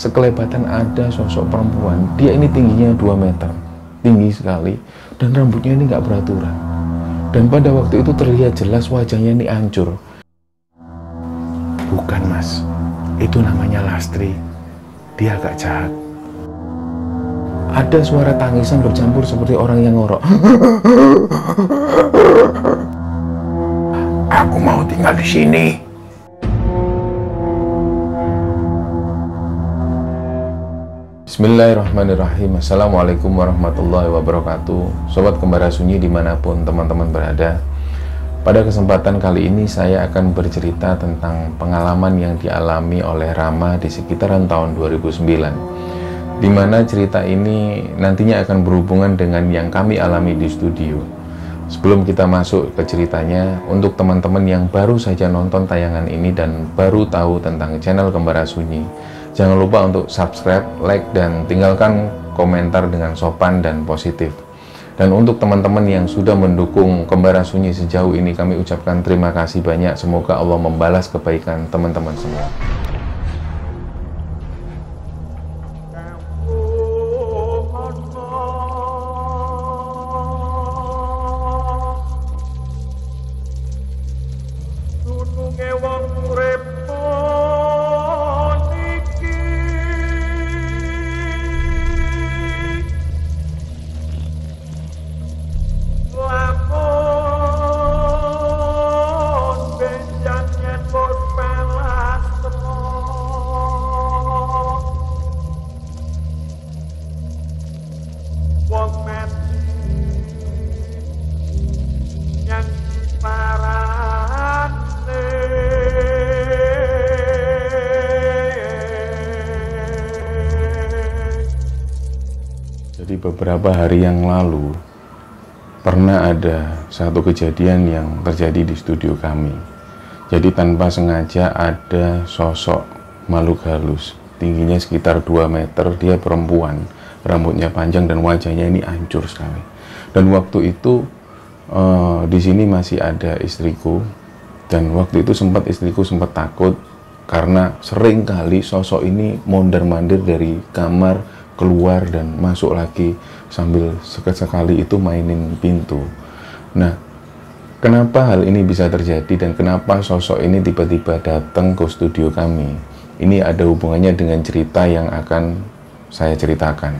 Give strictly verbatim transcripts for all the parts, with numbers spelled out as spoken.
sekelebatan ada sosok perempuan. Dia ini tingginya dua meter, tinggi sekali, dan rambutnya ini nggak beraturan. Dan pada waktu itu terlihat jelas wajahnya ini hancur. Bukan mas, itu namanya Lastri. Dia agak jahat. Ada suara tangisan bercampur seperti orang yang ngorok. Aku mau tinggal di sini. Bismillahirrahmanirrahim. Assalamualaikum warahmatullahi wabarakatuh. Sobat Kembara Sunyi dimanapun teman-teman berada, pada kesempatan kali ini saya akan bercerita tentang pengalaman yang dialami oleh Rama di sekitaran tahun dua ribu sembilan, di mana cerita ini nantinya akan berhubungan dengan yang kami alami di studio. Sebelum kita masuk ke ceritanya, untuk teman-teman yang baru saja nonton tayangan ini dan baru tahu tentang channel Kembara Sunyi, jangan lupa untuk subscribe, like, dan tinggalkan komentar dengan sopan dan positif. Dan untuk teman-teman yang sudah mendukung Kembara Sunyi sejauh ini, kami ucapkan terima kasih banyak. Semoga Allah membalas kebaikan teman-teman semua. Jadi beberapa hari yang lalu pernah ada satu kejadian yang terjadi di studio kami. Jadi tanpa sengaja ada sosok makhluk halus, tingginya sekitar dua meter, dia perempuan, rambutnya panjang dan wajahnya ini hancur sekali. Dan waktu itu uh, di sini masih ada istriku, dan waktu itu sempat istriku sempat takut karena sering kali sosok ini mondar-mandir dari kamar keluar dan masuk lagi sambil sekali itu mainin pintu. Nah, kenapa hal ini bisa terjadi dan kenapa sosok ini tiba-tiba datang ke studio kami? Ini ada hubungannya dengan cerita yang akan saya ceritakan.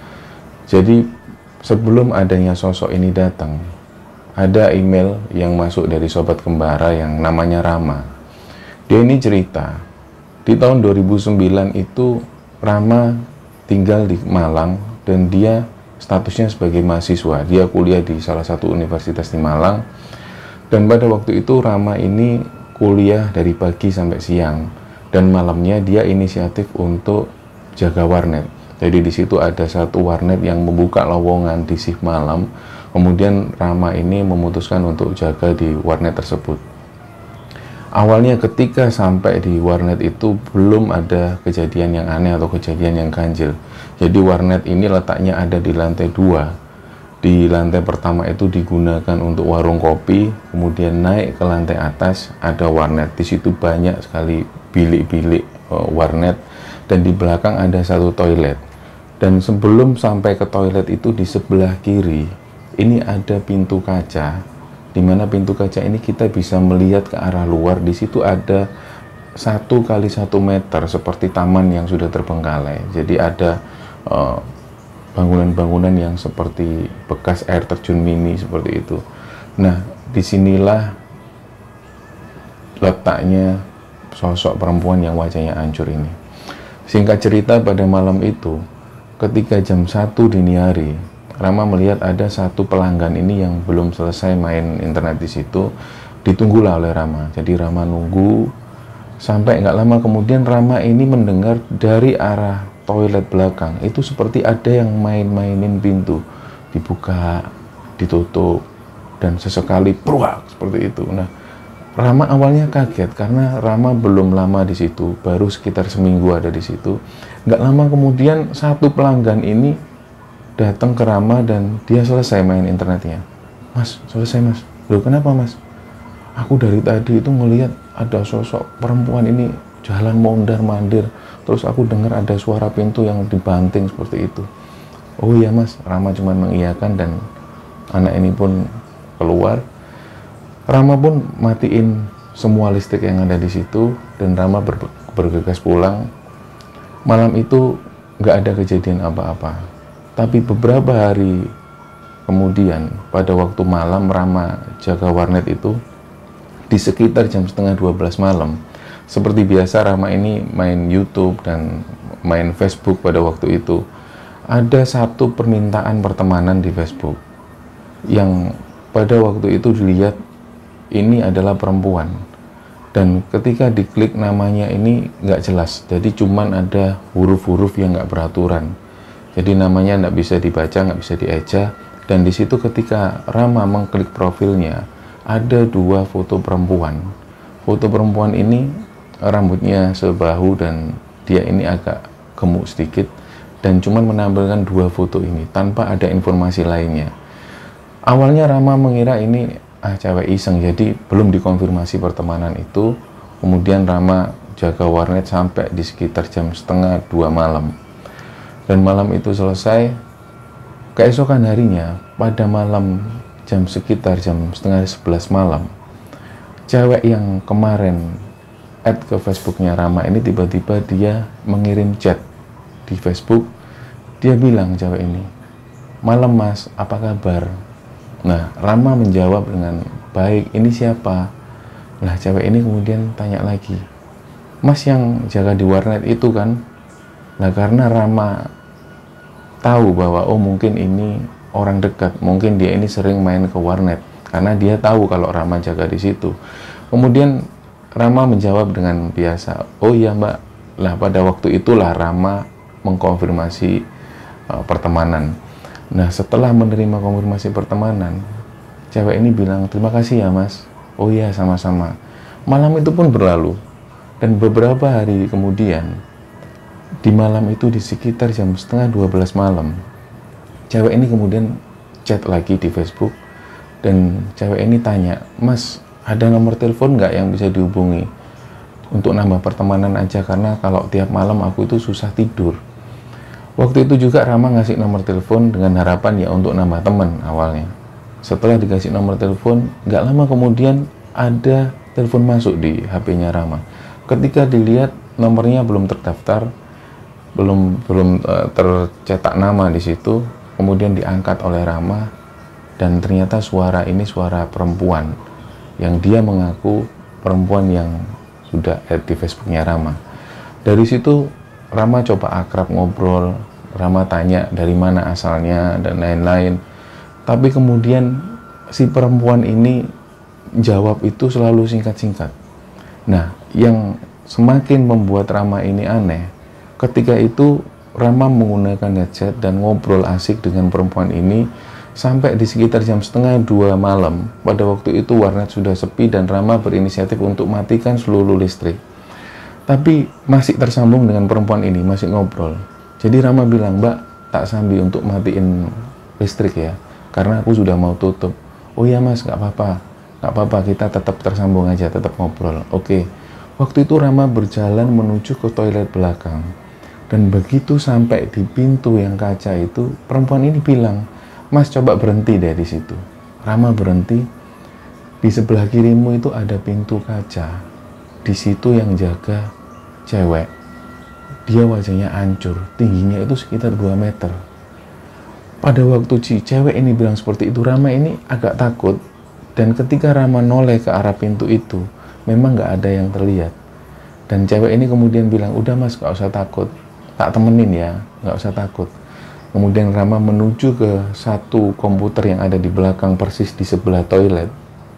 Jadi, sebelum adanya sosok ini datang, ada email yang masuk dari sobat kembara yang namanya Rama. Dia ini cerita, di tahun dua ribu sembilan itu Rama tinggal di Malang dan dia statusnya sebagai mahasiswa. Dia kuliah di salah satu universitas di Malang, dan pada waktu itu Rama ini kuliah dari pagi sampai siang, dan malamnya dia inisiatif untuk jaga warnet. Jadi di situ ada satu warnet yang membuka lowongan di shift malam. Kemudian Rama ini memutuskan untuk jaga di warnet tersebut. Awalnya ketika sampai di warnet itu belum ada kejadian yang aneh atau kejadian yang ganjil. Jadi warnet ini letaknya ada di lantai dua. Di lantai pertama itu digunakan untuk warung kopi, kemudian naik ke lantai atas ada warnet. Di situ banyak sekali bilik-bilik uh, warnet, dan di belakang ada satu toilet. Dan sebelum sampai ke toilet itu di sebelah kiri ini ada pintu kaca, di mana pintu kaca ini kita bisa melihat ke arah luar. Di situ ada satu kali satu meter seperti taman yang sudah terbengkalai. Jadi ada bangunan-bangunan uh, yang seperti bekas air terjun mini seperti itu. Nah, disinilah letaknya sosok perempuan yang wajahnya hancur ini. Singkat cerita, pada malam itu ketika jam satu dini hari, Rama melihat ada satu pelanggan ini yang belum selesai main internet di situ. Ditunggulah oleh Rama. Jadi Rama nunggu sampai nggak lama kemudian Rama ini mendengar dari arah toilet belakang itu seperti ada yang main-mainin pintu, dibuka, ditutup, dan sesekali pruak seperti itu. Nah, Rama awalnya kaget karena Rama belum lama di situ, baru sekitar seminggu ada di situ. Nggak lama kemudian satu pelanggan ini datang ke Rama dan dia selesai main internetnya. Mas, selesai mas. Loh, kenapa mas? Aku dari tadi itu melihat ada sosok perempuan ini jalan mondar-mandir. Terus aku dengar ada suara pintu yang dibanting seperti itu. Oh iya mas, Rama cuma mengiyakan dan anak ini pun keluar. Rama pun matiin semua listrik yang ada di situ dan Rama ber bergegas pulang. Malam itu nggak ada kejadian apa-apa. Tapi beberapa hari kemudian, pada waktu malam Rama jaga warnet itu, di sekitar jam setengah dua belas malam, seperti biasa Rama ini main YouTube dan main Facebook pada waktu itu. Ada satu permintaan pertemanan di Facebook yang pada waktu itu dilihat ini adalah perempuan, dan ketika diklik namanya ini nggak jelas, jadi cuman ada huruf-huruf yang nggak beraturan, jadi namanya nggak bisa dibaca, nggak bisa dieja. Dan di situ ketika Rama mengklik profilnya, ada dua foto perempuan. Foto perempuan ini rambutnya sebahu dan dia ini agak gemuk sedikit, dan cuman menampilkan dua foto ini tanpa ada informasi lainnya. Awalnya Rama mengira ini ah cewek iseng, jadi belum dikonfirmasi pertemanan itu. Kemudian Rama jaga warnet sampai di sekitar jam setengah dua malam, dan malam itu selesai. Keesokan harinya pada malam jam sekitar jam setengah sebelas malam, cewek yang kemarin add ke Facebooknya Rama ini tiba-tiba dia mengirim chat di Facebook. Dia bilang, cewek ini, malam mas, apa kabar? Nah, Rama menjawab dengan baik, ini siapa? Nah, cewek ini kemudian tanya lagi, mas yang jaga di warnet itu kan? Nah, karena Rama tahu bahwa oh mungkin ini orang dekat, mungkin dia ini sering main ke warnet, karena dia tahu kalau Rama jaga di situ. Kemudian Rama menjawab dengan biasa, oh iya mbak. Lah pada waktu itulah Rama mengkonfirmasi uh, pertemanan. Nah, setelah menerima konfirmasi pertemanan, cewek ini bilang, terima kasih ya mas. Oh iya, sama-sama. Malam itu pun berlalu, dan beberapa hari kemudian, di malam itu di sekitar jam setengah dua belas malam, cewek ini kemudian chat lagi di Facebook, dan cewek ini tanya, mas, ada nomor telepon nggak yang bisa dihubungi untuk nambah pertemanan aja, karena kalau tiap malam aku itu susah tidur. Waktu itu juga Rama ngasih nomor telepon dengan harapan ya untuk nambah teman awalnya. Setelah dikasih nomor telepon, nggak lama kemudian ada telepon masuk di H P-nya Rama. Ketika dilihat nomornya belum terdaftar, belum belum uh, tercetak nama di situ, kemudian diangkat oleh Rama, dan ternyata suara ini suara perempuan yang dia mengaku perempuan yang sudah add di Facebooknya Rama. Dari situ Rama coba akrab ngobrol, Rama tanya dari mana asalnya dan lain-lain. Tapi kemudian si perempuan ini jawab itu selalu singkat-singkat. Nah, yang semakin membuat Rama ini aneh, ketika itu Rama menggunakan headset dan ngobrol asik dengan perempuan ini sampai di sekitar jam setengah dua malam. Pada waktu itu warnet sudah sepi dan Rama berinisiatif untuk matikan seluruh listrik. Tapi masih tersambung dengan perempuan ini, masih ngobrol. Jadi Rama bilang, mbak, tak sambil untuk matiin listrik ya, karena aku sudah mau tutup. Oh iya mas, nggak apa-apa, nggak apa-apa, kita tetap tersambung aja, tetap ngobrol. Oke. Waktu itu Rama berjalan menuju ke toilet belakang. Dan begitu sampai di pintu yang kaca itu, perempuan ini bilang, mas coba berhenti deh di situ. Rama berhenti. Di sebelah kirimu itu ada pintu kaca. Di situ yang jaga cewek. Dia wajahnya hancur, tingginya itu sekitar dua meter. Pada waktu si cewek ini bilang seperti itu, Rama ini agak takut. Dan ketika Rama noleh ke arah pintu itu, memang nggak ada yang terlihat. Dan cewek ini kemudian bilang, udah mas, nggak usah takut, tak temenin ya, nggak usah takut. Kemudian Rama menuju ke satu komputer yang ada di belakang persis di sebelah toilet.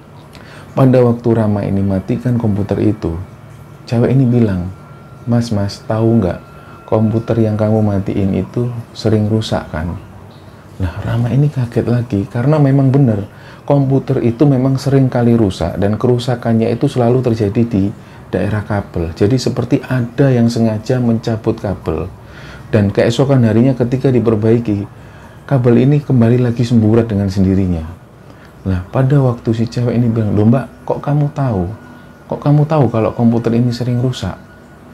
Pada waktu Rama ini matikan komputer itu, cewek ini bilang, mas, mas, tahu nggak, komputer yang kamu matiin itu sering rusak kan? Nah, Rama ini kaget lagi, karena memang benar, komputer itu memang sering kali rusak, dan kerusakannya itu selalu terjadi di daerah kabel. Jadi seperti ada yang sengaja mencabut kabel. Dan keesokan harinya ketika diperbaiki, kabel ini kembali lagi semburat dengan sendirinya. Nah, pada waktu si cewek ini bilang, loh mbak, kok kamu tahu? Kok kamu tahu kalau komputer ini sering rusak?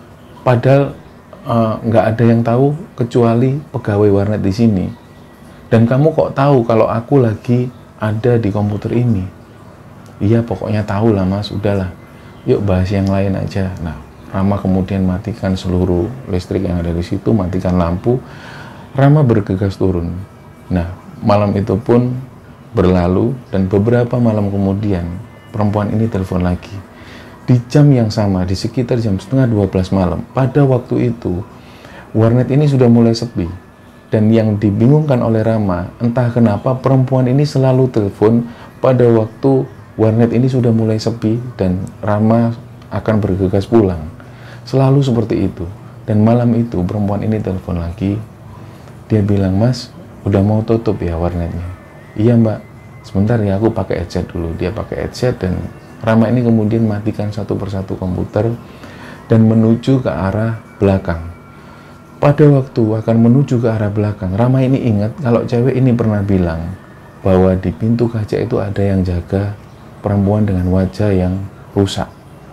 Padahal nggak uh, ada yang tahu kecuali pegawai warnet di sini. Dan kamu kok tahu kalau aku lagi ada di komputer ini? Iya, pokoknya tahu lah mas, udahlah. Yuk bahas yang lain aja. Nah, Rama kemudian matikan seluruh listrik yang ada di situ, matikan lampu. Rama bergegas turun. Nah, malam itu pun berlalu dan beberapa malam kemudian perempuan ini telepon lagi. Di jam yang sama, di sekitar jam setengah dua belas malam. Pada waktu itu, warnet ini sudah mulai sepi. Dan yang dibingungkan oleh Rama, entah kenapa perempuan ini selalu telepon pada waktu warnet ini sudah mulai sepi dan Rama akan bergegas pulang. Selalu seperti itu. Dan malam itu perempuan ini telepon lagi. Dia bilang, mas, udah mau tutup ya warnetnya? Iya mbak, sebentar ya aku pakai headset dulu. Dia pakai headset dan Rama ini kemudian matikan satu persatu komputer dan menuju ke arah belakang. Pada waktu akan menuju ke arah belakang, Rama ini ingat kalau cewek ini pernah bilang bahwa di pintu kaca itu ada yang jaga perempuan dengan wajah yang rusak.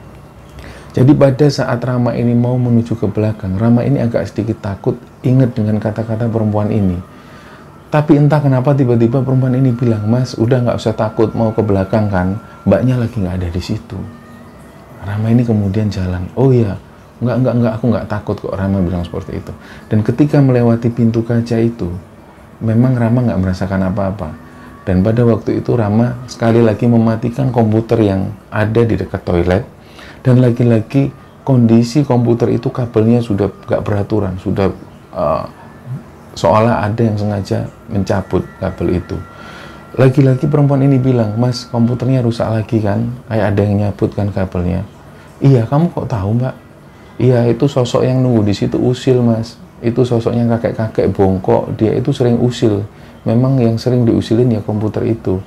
Jadi pada saat Rama ini mau menuju ke belakang, Rama ini agak sedikit takut ingat dengan kata-kata perempuan ini. Tapi entah kenapa tiba-tiba perempuan ini bilang, mas udah nggak usah takut mau ke belakang kan, mbaknya lagi nggak ada di situ. Rama ini kemudian jalan, oh iya, nggak nggak nggak aku nggak takut kok, Rama bilang seperti itu. Dan ketika melewati pintu kaca itu, memang Rama nggak merasakan apa-apa. Dan pada waktu itu Rama sekali lagi mematikan komputer yang ada di dekat toilet. Dan lagi-lagi kondisi komputer itu kabelnya sudah nggak beraturan, sudah uh, seolah ada yang sengaja mencabut kabel itu. Lagi-lagi perempuan ini bilang, mas komputernya rusak lagi kan, kayak ada yang nyabut kan kabelnya. Iya, kamu kok tahu mbak? Iya, itu sosok yang nunggu di situ usil mas. Itu sosoknya kakek-kakek bongkok, dia itu sering usil. Memang yang sering diusilin ya komputer itu.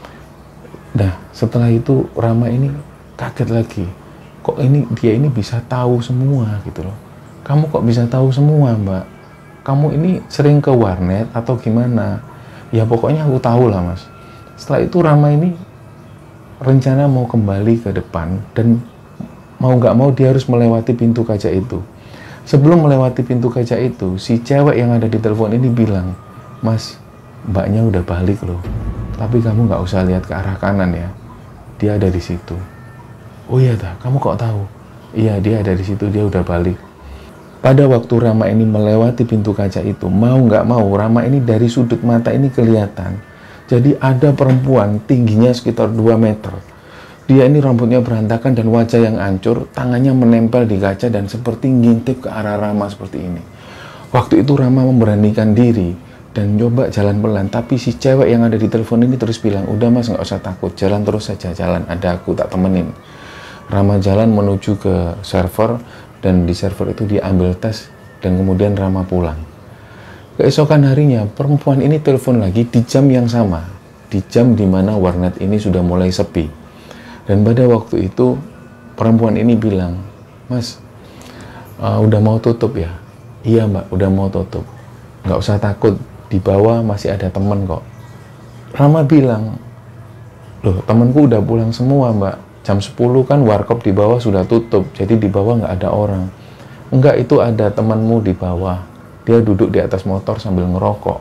Nah, setelah itu Rama ini kaget lagi. Kok ini dia ini bisa tahu semua gitu loh. Kamu kok bisa tahu semua mbak? Kamu ini sering ke warnet atau gimana? Ya pokoknya aku tahu lah mas. Setelah itu Rama ini rencana mau kembali ke depan dan mau nggak mau dia harus melewati pintu kaca itu. Sebelum melewati pintu kaca itu, si cewek yang ada di telepon ini bilang, mas, mbaknya udah balik loh. Tapi kamu nggak usah lihat ke arah kanan ya. Dia ada di situ. Oh iya dah, kamu kok tahu? Iya, dia ada di situ, dia udah balik. Pada waktu Rama ini melewati pintu kaca itu, mau nggak mau, Rama ini dari sudut mata ini kelihatan. Jadi ada perempuan tingginya sekitar dua meter. Dia ini rambutnya berantakan dan wajah yang hancur, tangannya menempel di kaca dan seperti ngintip ke arah Rama seperti ini. Waktu itu Rama memberanikan diri dan coba jalan pelan, tapi si cewek yang ada di telepon ini terus bilang, udah mas nggak usah takut, jalan terus saja, jalan, ada aku tak temenin. Rama jalan menuju ke server, dan di server itu dia ambil tes dan kemudian Rama pulang. Keesokan harinya perempuan ini telepon lagi di jam yang sama, di jam dimana warnet ini sudah mulai sepi. Dan pada waktu itu perempuan ini bilang, mas uh, udah mau tutup ya? Iya mbak, udah mau tutup, nggak usah takut, di bawah masih ada temen kok. Rama bilang, loh temenku udah pulang semua mbak, jam sepuluh kan warkop di bawah sudah tutup, jadi di bawah nggak ada orang. Enggak, itu ada temanmu di bawah, dia duduk di atas motor sambil ngerokok.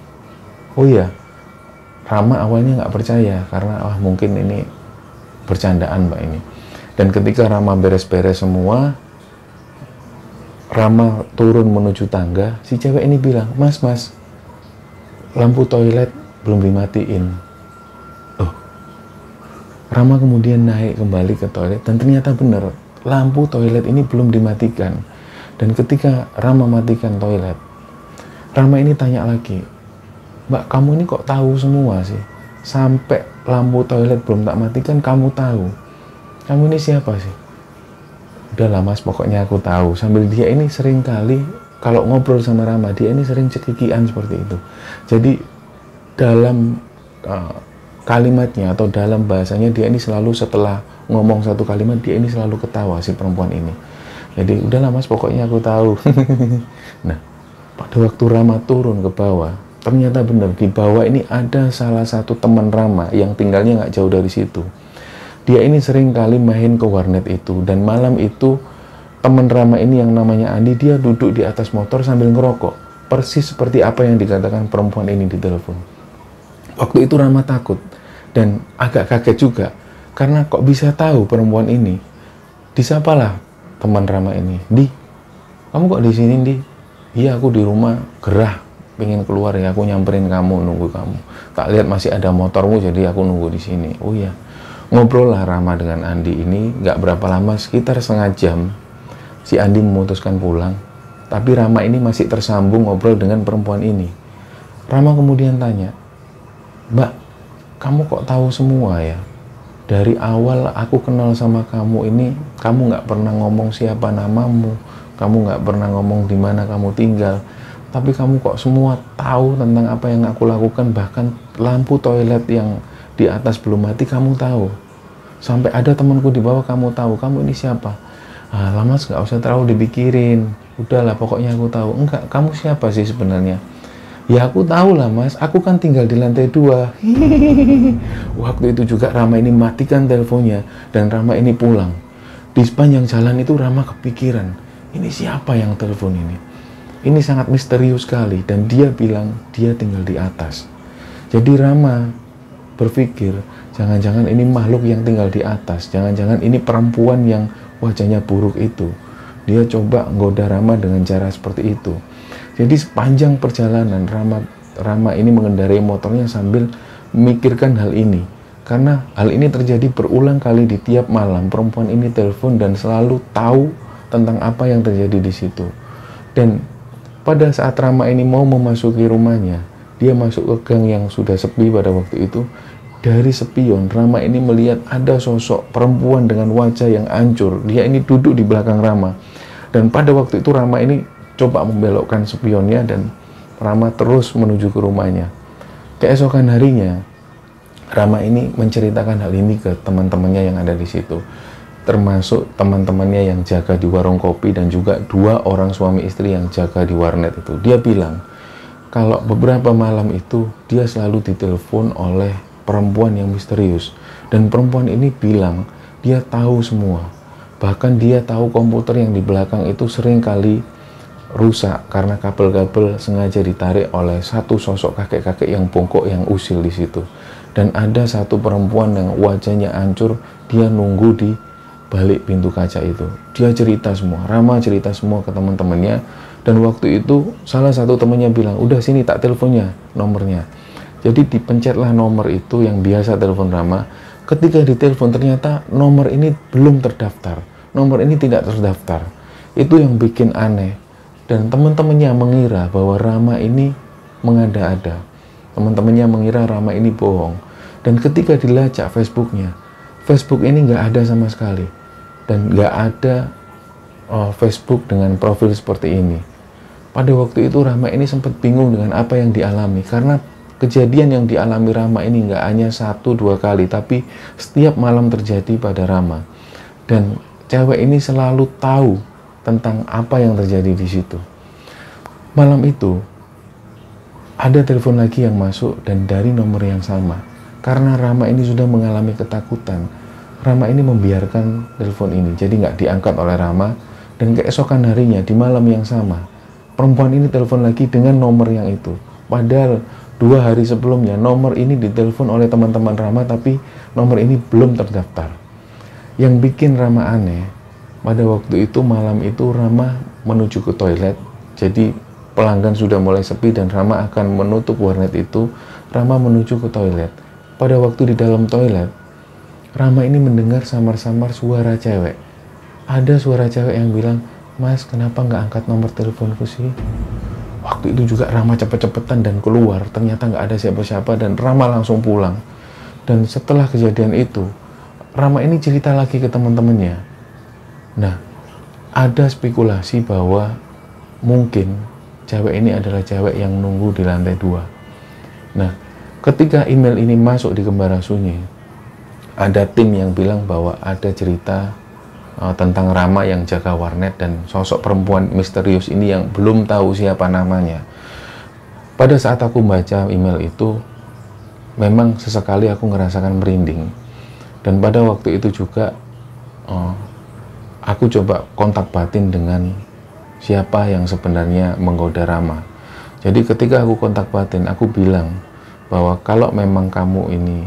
Oh iya, Rama awalnya nggak percaya karena wah mungkin ini bercandaan mbak ini. Dan ketika Rama beres-beres semua, Rama turun menuju tangga, si cewek ini bilang, mas mas lampu toilet belum dimatiin. Rama kemudian naik kembali ke toilet dan ternyata benar, lampu toilet ini belum dimatikan. Dan ketika Rama matikan toilet, Rama ini tanya lagi, mbak kamu ini kok tahu semua sih? Sampai lampu toilet belum tak matikan kamu tahu. Kamu ini siapa sih? Udahlah mas, pokoknya aku tahu. Sambil dia ini sering kali kalau ngobrol sama Rama, dia ini sering cekikian seperti itu. Jadi dalam uh, kalimatnya atau dalam bahasanya dia ini selalu setelah ngomong satu kalimat dia ini selalu ketawa si perempuan ini. Jadi udahlah mas, pokoknya aku tahu. Nah, pada waktu Rama turun ke bawah, ternyata benar di bawah ini ada salah satu teman Rama yang tinggalnya nggak jauh dari situ. Dia ini sering kali main ke warnet itu dan malam itu teman Rama ini yang namanya Andi, dia duduk di atas motor sambil ngerokok. Persis seperti apa yang dikatakan perempuan ini di telepon. Waktu itu Rama takut dan agak kaget juga. Karena kok bisa tahu perempuan ini. Disapalah teman Rama ini. Di, kamu kok di sini, Di? Iya, aku di rumah gerah, pengen keluar ya, aku nyamperin kamu, nunggu kamu. Tak lihat masih ada motormu, jadi aku nunggu di sini. Oh iya. Ngobrol lah Rama dengan Andi ini, nggak berapa lama, sekitar setengah jam. Si Andi memutuskan pulang, tapi Rama ini masih tersambung ngobrol dengan perempuan ini. Rama kemudian tanya, Mbak, kamu kok tahu semua ya? Dari awal aku kenal sama kamu ini, kamu nggak pernah ngomong siapa namamu, kamu nggak pernah ngomong di mana kamu tinggal, tapi kamu kok semua tahu tentang apa yang aku lakukan, bahkan lampu toilet yang di atas belum mati kamu tahu. Sampai ada temanku di bawah kamu tahu. Kamu ini siapa? Ah, lama nggak usah terlalu dipikirin. Udahlah, pokoknya aku tahu. Enggak, kamu siapa sih sebenarnya? Ya aku tahu lah Mas, aku kan tinggal di lantai dua. Waktu itu juga Rama ini matikan teleponnya dan Rama ini pulang. Di sepanjang jalan itu Rama kepikiran, ini siapa yang telepon ini? Ini sangat misterius sekali dan dia bilang dia tinggal di atas. Jadi Rama berpikir, jangan-jangan ini makhluk yang tinggal di atas, jangan-jangan ini perempuan yang wajahnya buruk itu. Dia coba nggoda Rama dengan cara seperti itu. Jadi sepanjang perjalanan Rama Rama ini mengendarai motornya sambil memikirkan hal ini. Karena hal ini terjadi berulang kali di tiap malam. Perempuan ini telepon dan selalu tahu tentang apa yang terjadi di situ. Dan pada saat Rama ini mau memasuki rumahnya, dia masuk ke gang yang sudah sepi pada waktu itu. Dari spion, Rama ini melihat ada sosok perempuan dengan wajah yang hancur. Dia ini duduk di belakang Rama. Dan pada waktu itu Rama ini coba membelokkan spionnya dan Rama terus menuju ke rumahnya. Keesokan harinya, Rama ini menceritakan hal ini ke teman-temannya yang ada di situ. Termasuk teman-temannya yang jaga di warung kopi dan juga dua orang suami istri yang jaga di warnet itu. Dia bilang, kalau beberapa malam itu dia selalu ditelepon oleh perempuan yang misterius. Dan perempuan ini bilang, dia tahu semua. Bahkan dia tahu komputer yang di belakang itu sering kali rusak karena kabel-kabel sengaja ditarik oleh satu sosok kakek-kakek yang bongkok yang usil di situ. Dan ada satu perempuan yang wajahnya hancur, dia nunggu di balik pintu kaca itu. Dia cerita semua, Rama cerita semua ke teman-temannya. Dan waktu itu salah satu temannya bilang, udah sini tak teleponnya, nomornya. Jadi dipencetlah nomor itu yang biasa telepon Rama. Ketika ditelepon ternyata nomor ini belum terdaftar, nomor ini tidak terdaftar. Itu yang bikin aneh. Dan teman-temannya mengira bahwa Rama ini mengada-ada. Teman-temannya mengira Rama ini bohong. Dan ketika dilacak Facebooknya, Facebook ini nggak ada sama sekali. Dan nggak ada oh, Facebook dengan profil seperti ini. Pada waktu itu Rama ini sempat bingung dengan apa yang dialami. Karena kejadian yang dialami Rama ini nggak hanya satu dua kali, tapi setiap malam terjadi pada Rama. Dan cewek ini selalu tahu tentang apa yang terjadi di situ. Malam itu ada telepon lagi yang masuk dan dari nomor yang sama. Karena Rama ini sudah mengalami ketakutan, Rama ini membiarkan telepon ini, jadi nggak diangkat oleh Rama. Dan keesokan harinya di malam yang sama, perempuan ini telepon lagi dengan nomor yang itu. Padahal dua hari sebelumnya nomor ini ditelepon oleh teman-teman Rama, tapi nomor ini belum terdaftar. Yang bikin Rama aneh, pada waktu itu malam itu Rama menuju ke toilet. Jadi pelanggan sudah mulai sepi dan Rama akan menutup warnet itu. Rama menuju ke toilet. Pada waktu di dalam toilet, Rama ini mendengar samar-samar suara cewek. Ada suara cewek yang bilang, Mas, kenapa nggak angkat nomor teleponku sih? Waktu itu juga Rama cepet-cepetan dan keluar. Ternyata nggak ada siapa-siapa dan Rama langsung pulang. Dan setelah kejadian itu, Rama ini cerita lagi ke teman-temannya. Nah, ada spekulasi bahwa mungkin cewek ini adalah cewek yang nunggu di lantai dua. Nah, ketika email ini masuk di Kembara Sunyi, ada tim yang bilang bahwa ada cerita uh, tentang Rama yang jaga warnet dan sosok perempuan misterius ini yang belum tahu siapa namanya. Pada saat aku baca email itu, memang sesekali aku ngerasakan merinding. Dan pada waktu itu juga uh, aku coba kontak batin dengan siapa yang sebenarnya menggoda Rama. Jadi ketika aku kontak batin, aku bilang bahwa kalau memang kamu ini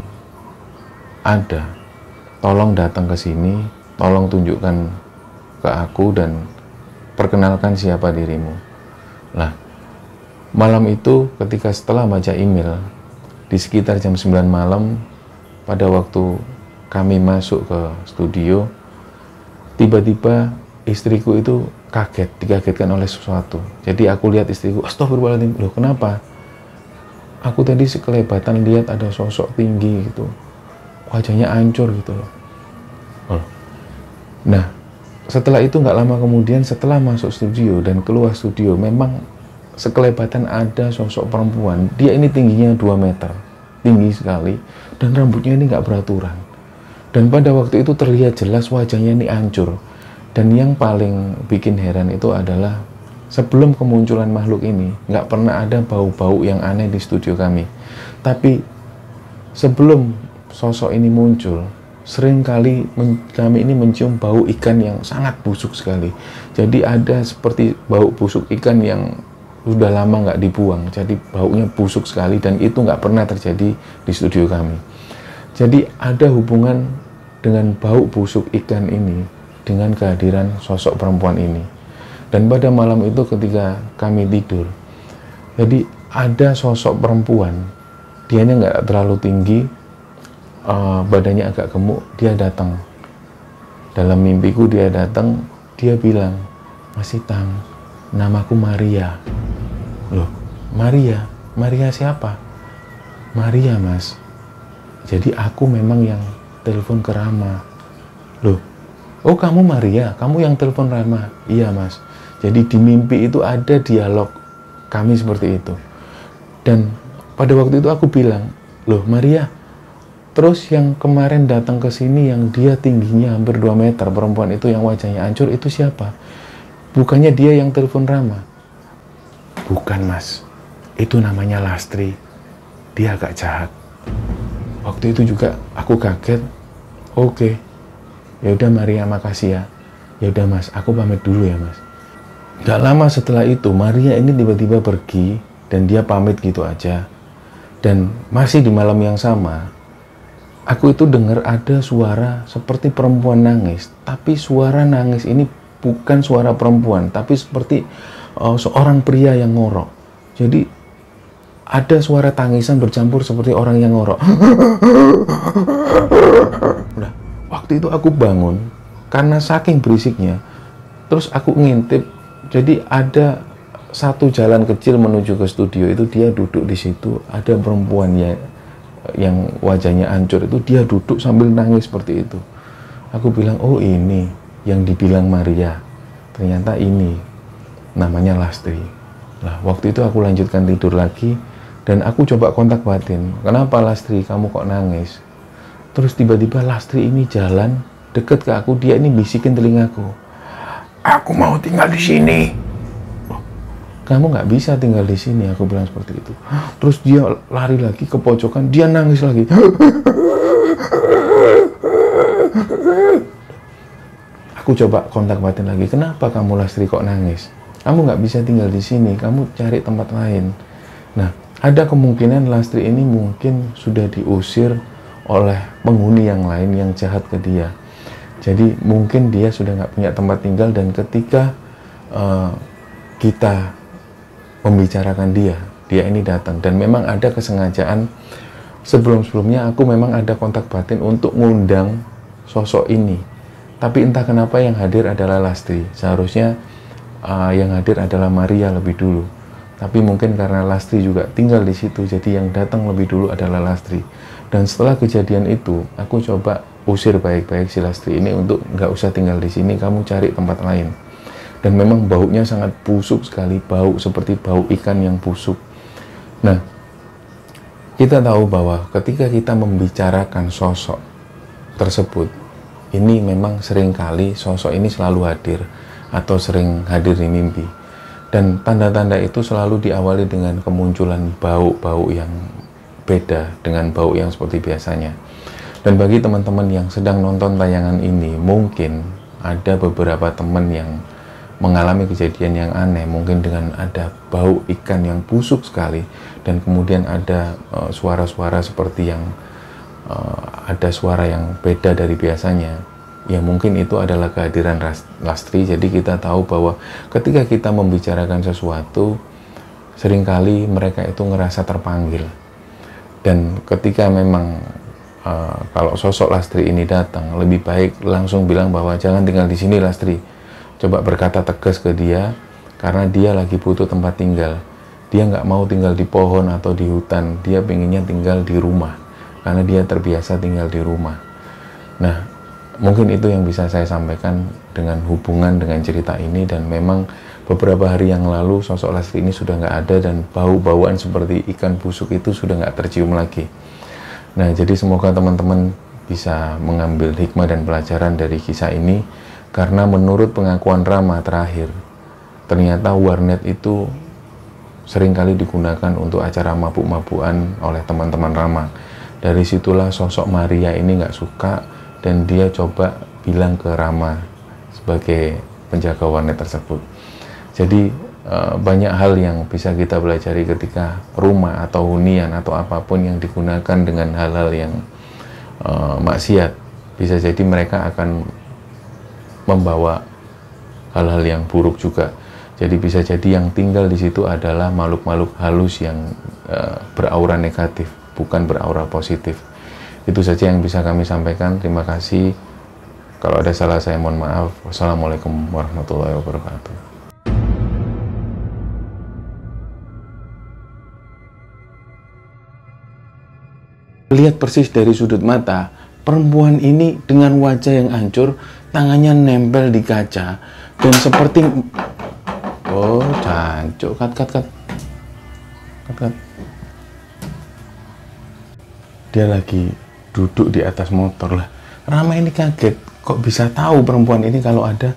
ada, tolong datang ke sini, tolong tunjukkan ke aku dan perkenalkan siapa dirimu. Nah, malam itu ketika setelah baca email, di sekitar jam sembilan malam, pada waktu kami masuk ke studio, tiba-tiba istriku itu kaget, dikagetkan oleh sesuatu. Jadi aku lihat istriku, astagfirullahaladzim, loh kenapa? Aku tadi sekelebatan lihat ada sosok tinggi gitu, wajahnya hancur gitu loh. Oh. Nah, setelah itu nggak lama kemudian, setelah masuk studio dan keluar studio, memang sekelebatan ada sosok perempuan. Dia ini tingginya dua meter, tinggi sekali, dan rambutnya ini nggak beraturan. Dan pada waktu itu terlihat jelas wajahnya ini hancur. Dan yang paling bikin heran itu adalah sebelum kemunculan makhluk ini, nggak pernah ada bau-bau yang aneh di studio kami. Tapi sebelum sosok ini muncul, seringkali kami ini mencium bau ikan yang sangat busuk sekali. Jadi ada seperti bau busuk ikan yang sudah lama nggak dibuang. Jadi baunya busuk sekali dan itu nggak pernah terjadi di studio kami. Jadi ada hubungan dengan bau busuk ikan ini dengan kehadiran sosok perempuan ini. Dan pada malam itu ketika kami tidur, jadi ada sosok perempuan, dianya nggak terlalu tinggi, uh, badannya agak gemuk, dia datang. Dalam mimpiku dia datang, dia bilang, "Mas Itang, namaku Maria." Loh, Maria? Maria siapa? Maria, Mas. Jadi aku memang yang telepon ke Rama. Loh, oh kamu Maria, kamu yang telepon Rama? Iya, Mas. Jadi di mimpi itu ada dialog kami seperti itu. Dan pada waktu itu aku bilang, loh Maria, terus yang kemarin datang ke sini yang dia tingginya hampir dua meter, perempuan itu yang wajahnya hancur, itu siapa? Bukannya dia yang telepon Rama? Bukan, Mas. Itu namanya Lastri. Dia agak jahat. Waktu itu juga aku kaget. Oke. Ya udah Maria, makasih ya. Ya udah Mas, aku pamit dulu ya Mas. Gak lama setelah itu Maria ini tiba-tiba pergi dan dia pamit gitu aja. Dan masih di malam yang sama, aku itu dengar ada suara seperti perempuan nangis. Tapi suara nangis ini bukan suara perempuan, tapi seperti uh, seorang pria yang ngorok. Jadi ada suara tangisan bercampur seperti orang yang ngorok. Nah, waktu itu aku bangun karena saking berisiknya. Terus aku ngintip. Jadi ada satu jalan kecil menuju ke studio itu, dia duduk di situ. Ada perempuan ya, yang wajahnya hancur itu, dia duduk sambil nangis seperti itu. Aku bilang, oh ini yang dibilang Maria. Ternyata ini namanya Lastri. Nah, waktu itu aku lanjutkan tidur lagi dan aku coba kontak batin. Kenapa Lastri, kamu kok nangis? Terus tiba-tiba Lastri ini jalan deket ke aku, dia ini bisikin telingaku. Aku mau tinggal di sini. Kamu nggak bisa tinggal di sini, aku bilang seperti itu. Terus dia lari lagi ke pojokan, dia nangis lagi. Aku coba kontak batin lagi. Kenapa kamu Lastri kok nangis? Kamu nggak bisa tinggal di sini, kamu cari tempat lain. Nah, ada kemungkinan Lastri ini mungkin sudah diusir oleh penghuni yang lain yang jahat ke dia. Jadi mungkin dia sudah nggak punya tempat tinggal dan ketika uh, kita membicarakan dia, dia ini datang. Dan memang ada kesengajaan, sebelum-sebelumnya aku memang ada kontak batin untuk ngundang sosok ini. Tapi entah kenapa yang hadir adalah Lastri. Seharusnya uh, yang hadir adalah Maria lebih dulu. Tapi mungkin karena Lastri juga tinggal di situ, jadi yang datang lebih dulu adalah Lastri. Dan setelah kejadian itu, aku coba usir baik-baik si Lastri ini untuk nggak usah tinggal di sini, kamu cari tempat lain. Dan memang baunya sangat busuk sekali, bau seperti bau ikan yang busuk. Nah, kita tahu bahwa ketika kita membicarakan sosok tersebut, ini memang seringkali sosok ini selalu hadir atau sering hadir di mimpi. Dan tanda-tanda itu selalu diawali dengan kemunculan bau-bau yang beda dengan bau yang seperti biasanya. Dan bagi teman-teman yang sedang nonton tayangan ini, mungkin ada beberapa teman yang mengalami kejadian yang aneh, mungkin dengan ada bau ikan yang busuk sekali, dan kemudian ada suara-suara uh, seperti yang uh, ada suara yang beda dari biasanya. Ya mungkin itu adalah kehadiran Lastri. Jadi kita tahu bahwa ketika kita membicarakan sesuatu, seringkali mereka itu ngerasa terpanggil. Dan ketika memang uh, kalau sosok Lastri ini datang, lebih baik langsung bilang bahwa jangan tinggal di sini Lastri. Coba berkata tegas ke dia, karena dia lagi butuh tempat tinggal. Dia nggak mau tinggal di pohon atau di hutan, dia pengennya tinggal di rumah, karena dia terbiasa tinggal di rumah. Nah, mungkin itu yang bisa saya sampaikan dengan hubungan dengan cerita ini. Dan memang beberapa hari yang lalu sosok Lastri ini sudah nggak ada, dan bau-bauan seperti ikan busuk itu sudah nggak tercium lagi. Nah, jadi semoga teman-teman bisa mengambil hikmah dan pelajaran dari kisah ini. Karena menurut pengakuan Rama terakhir, ternyata warnet itu seringkali digunakan untuk acara mabuk-mabukan oleh teman-teman Rama. Dari situlah sosok Maria ini nggak suka, dan dia coba bilang ke Rama sebagai penjaga warnet tersebut. Jadi banyak hal yang bisa kita pelajari ketika rumah atau hunian atau apapun yang digunakan dengan hal-hal yang uh, maksiat. Bisa jadi mereka akan membawa hal-hal yang buruk juga. Jadi bisa jadi yang tinggal di situ adalah makhluk-makhluk halus yang uh, beraura negatif, bukan beraura positif. Itu saja yang bisa kami sampaikan. Terima kasih. Kalau ada salah saya mohon maaf. Wassalamualaikum warahmatullahi wabarakatuh. Lihat persis dari sudut mata, perempuan ini dengan wajah yang hancur, tangannya nempel di kaca, dan seperti oh jancuk, kat kat kat kat kat dia lagi duduk di atas motor lah. Rama ini kaget, kok bisa tahu perempuan ini kalau ada.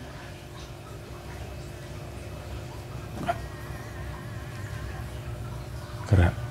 Gerak.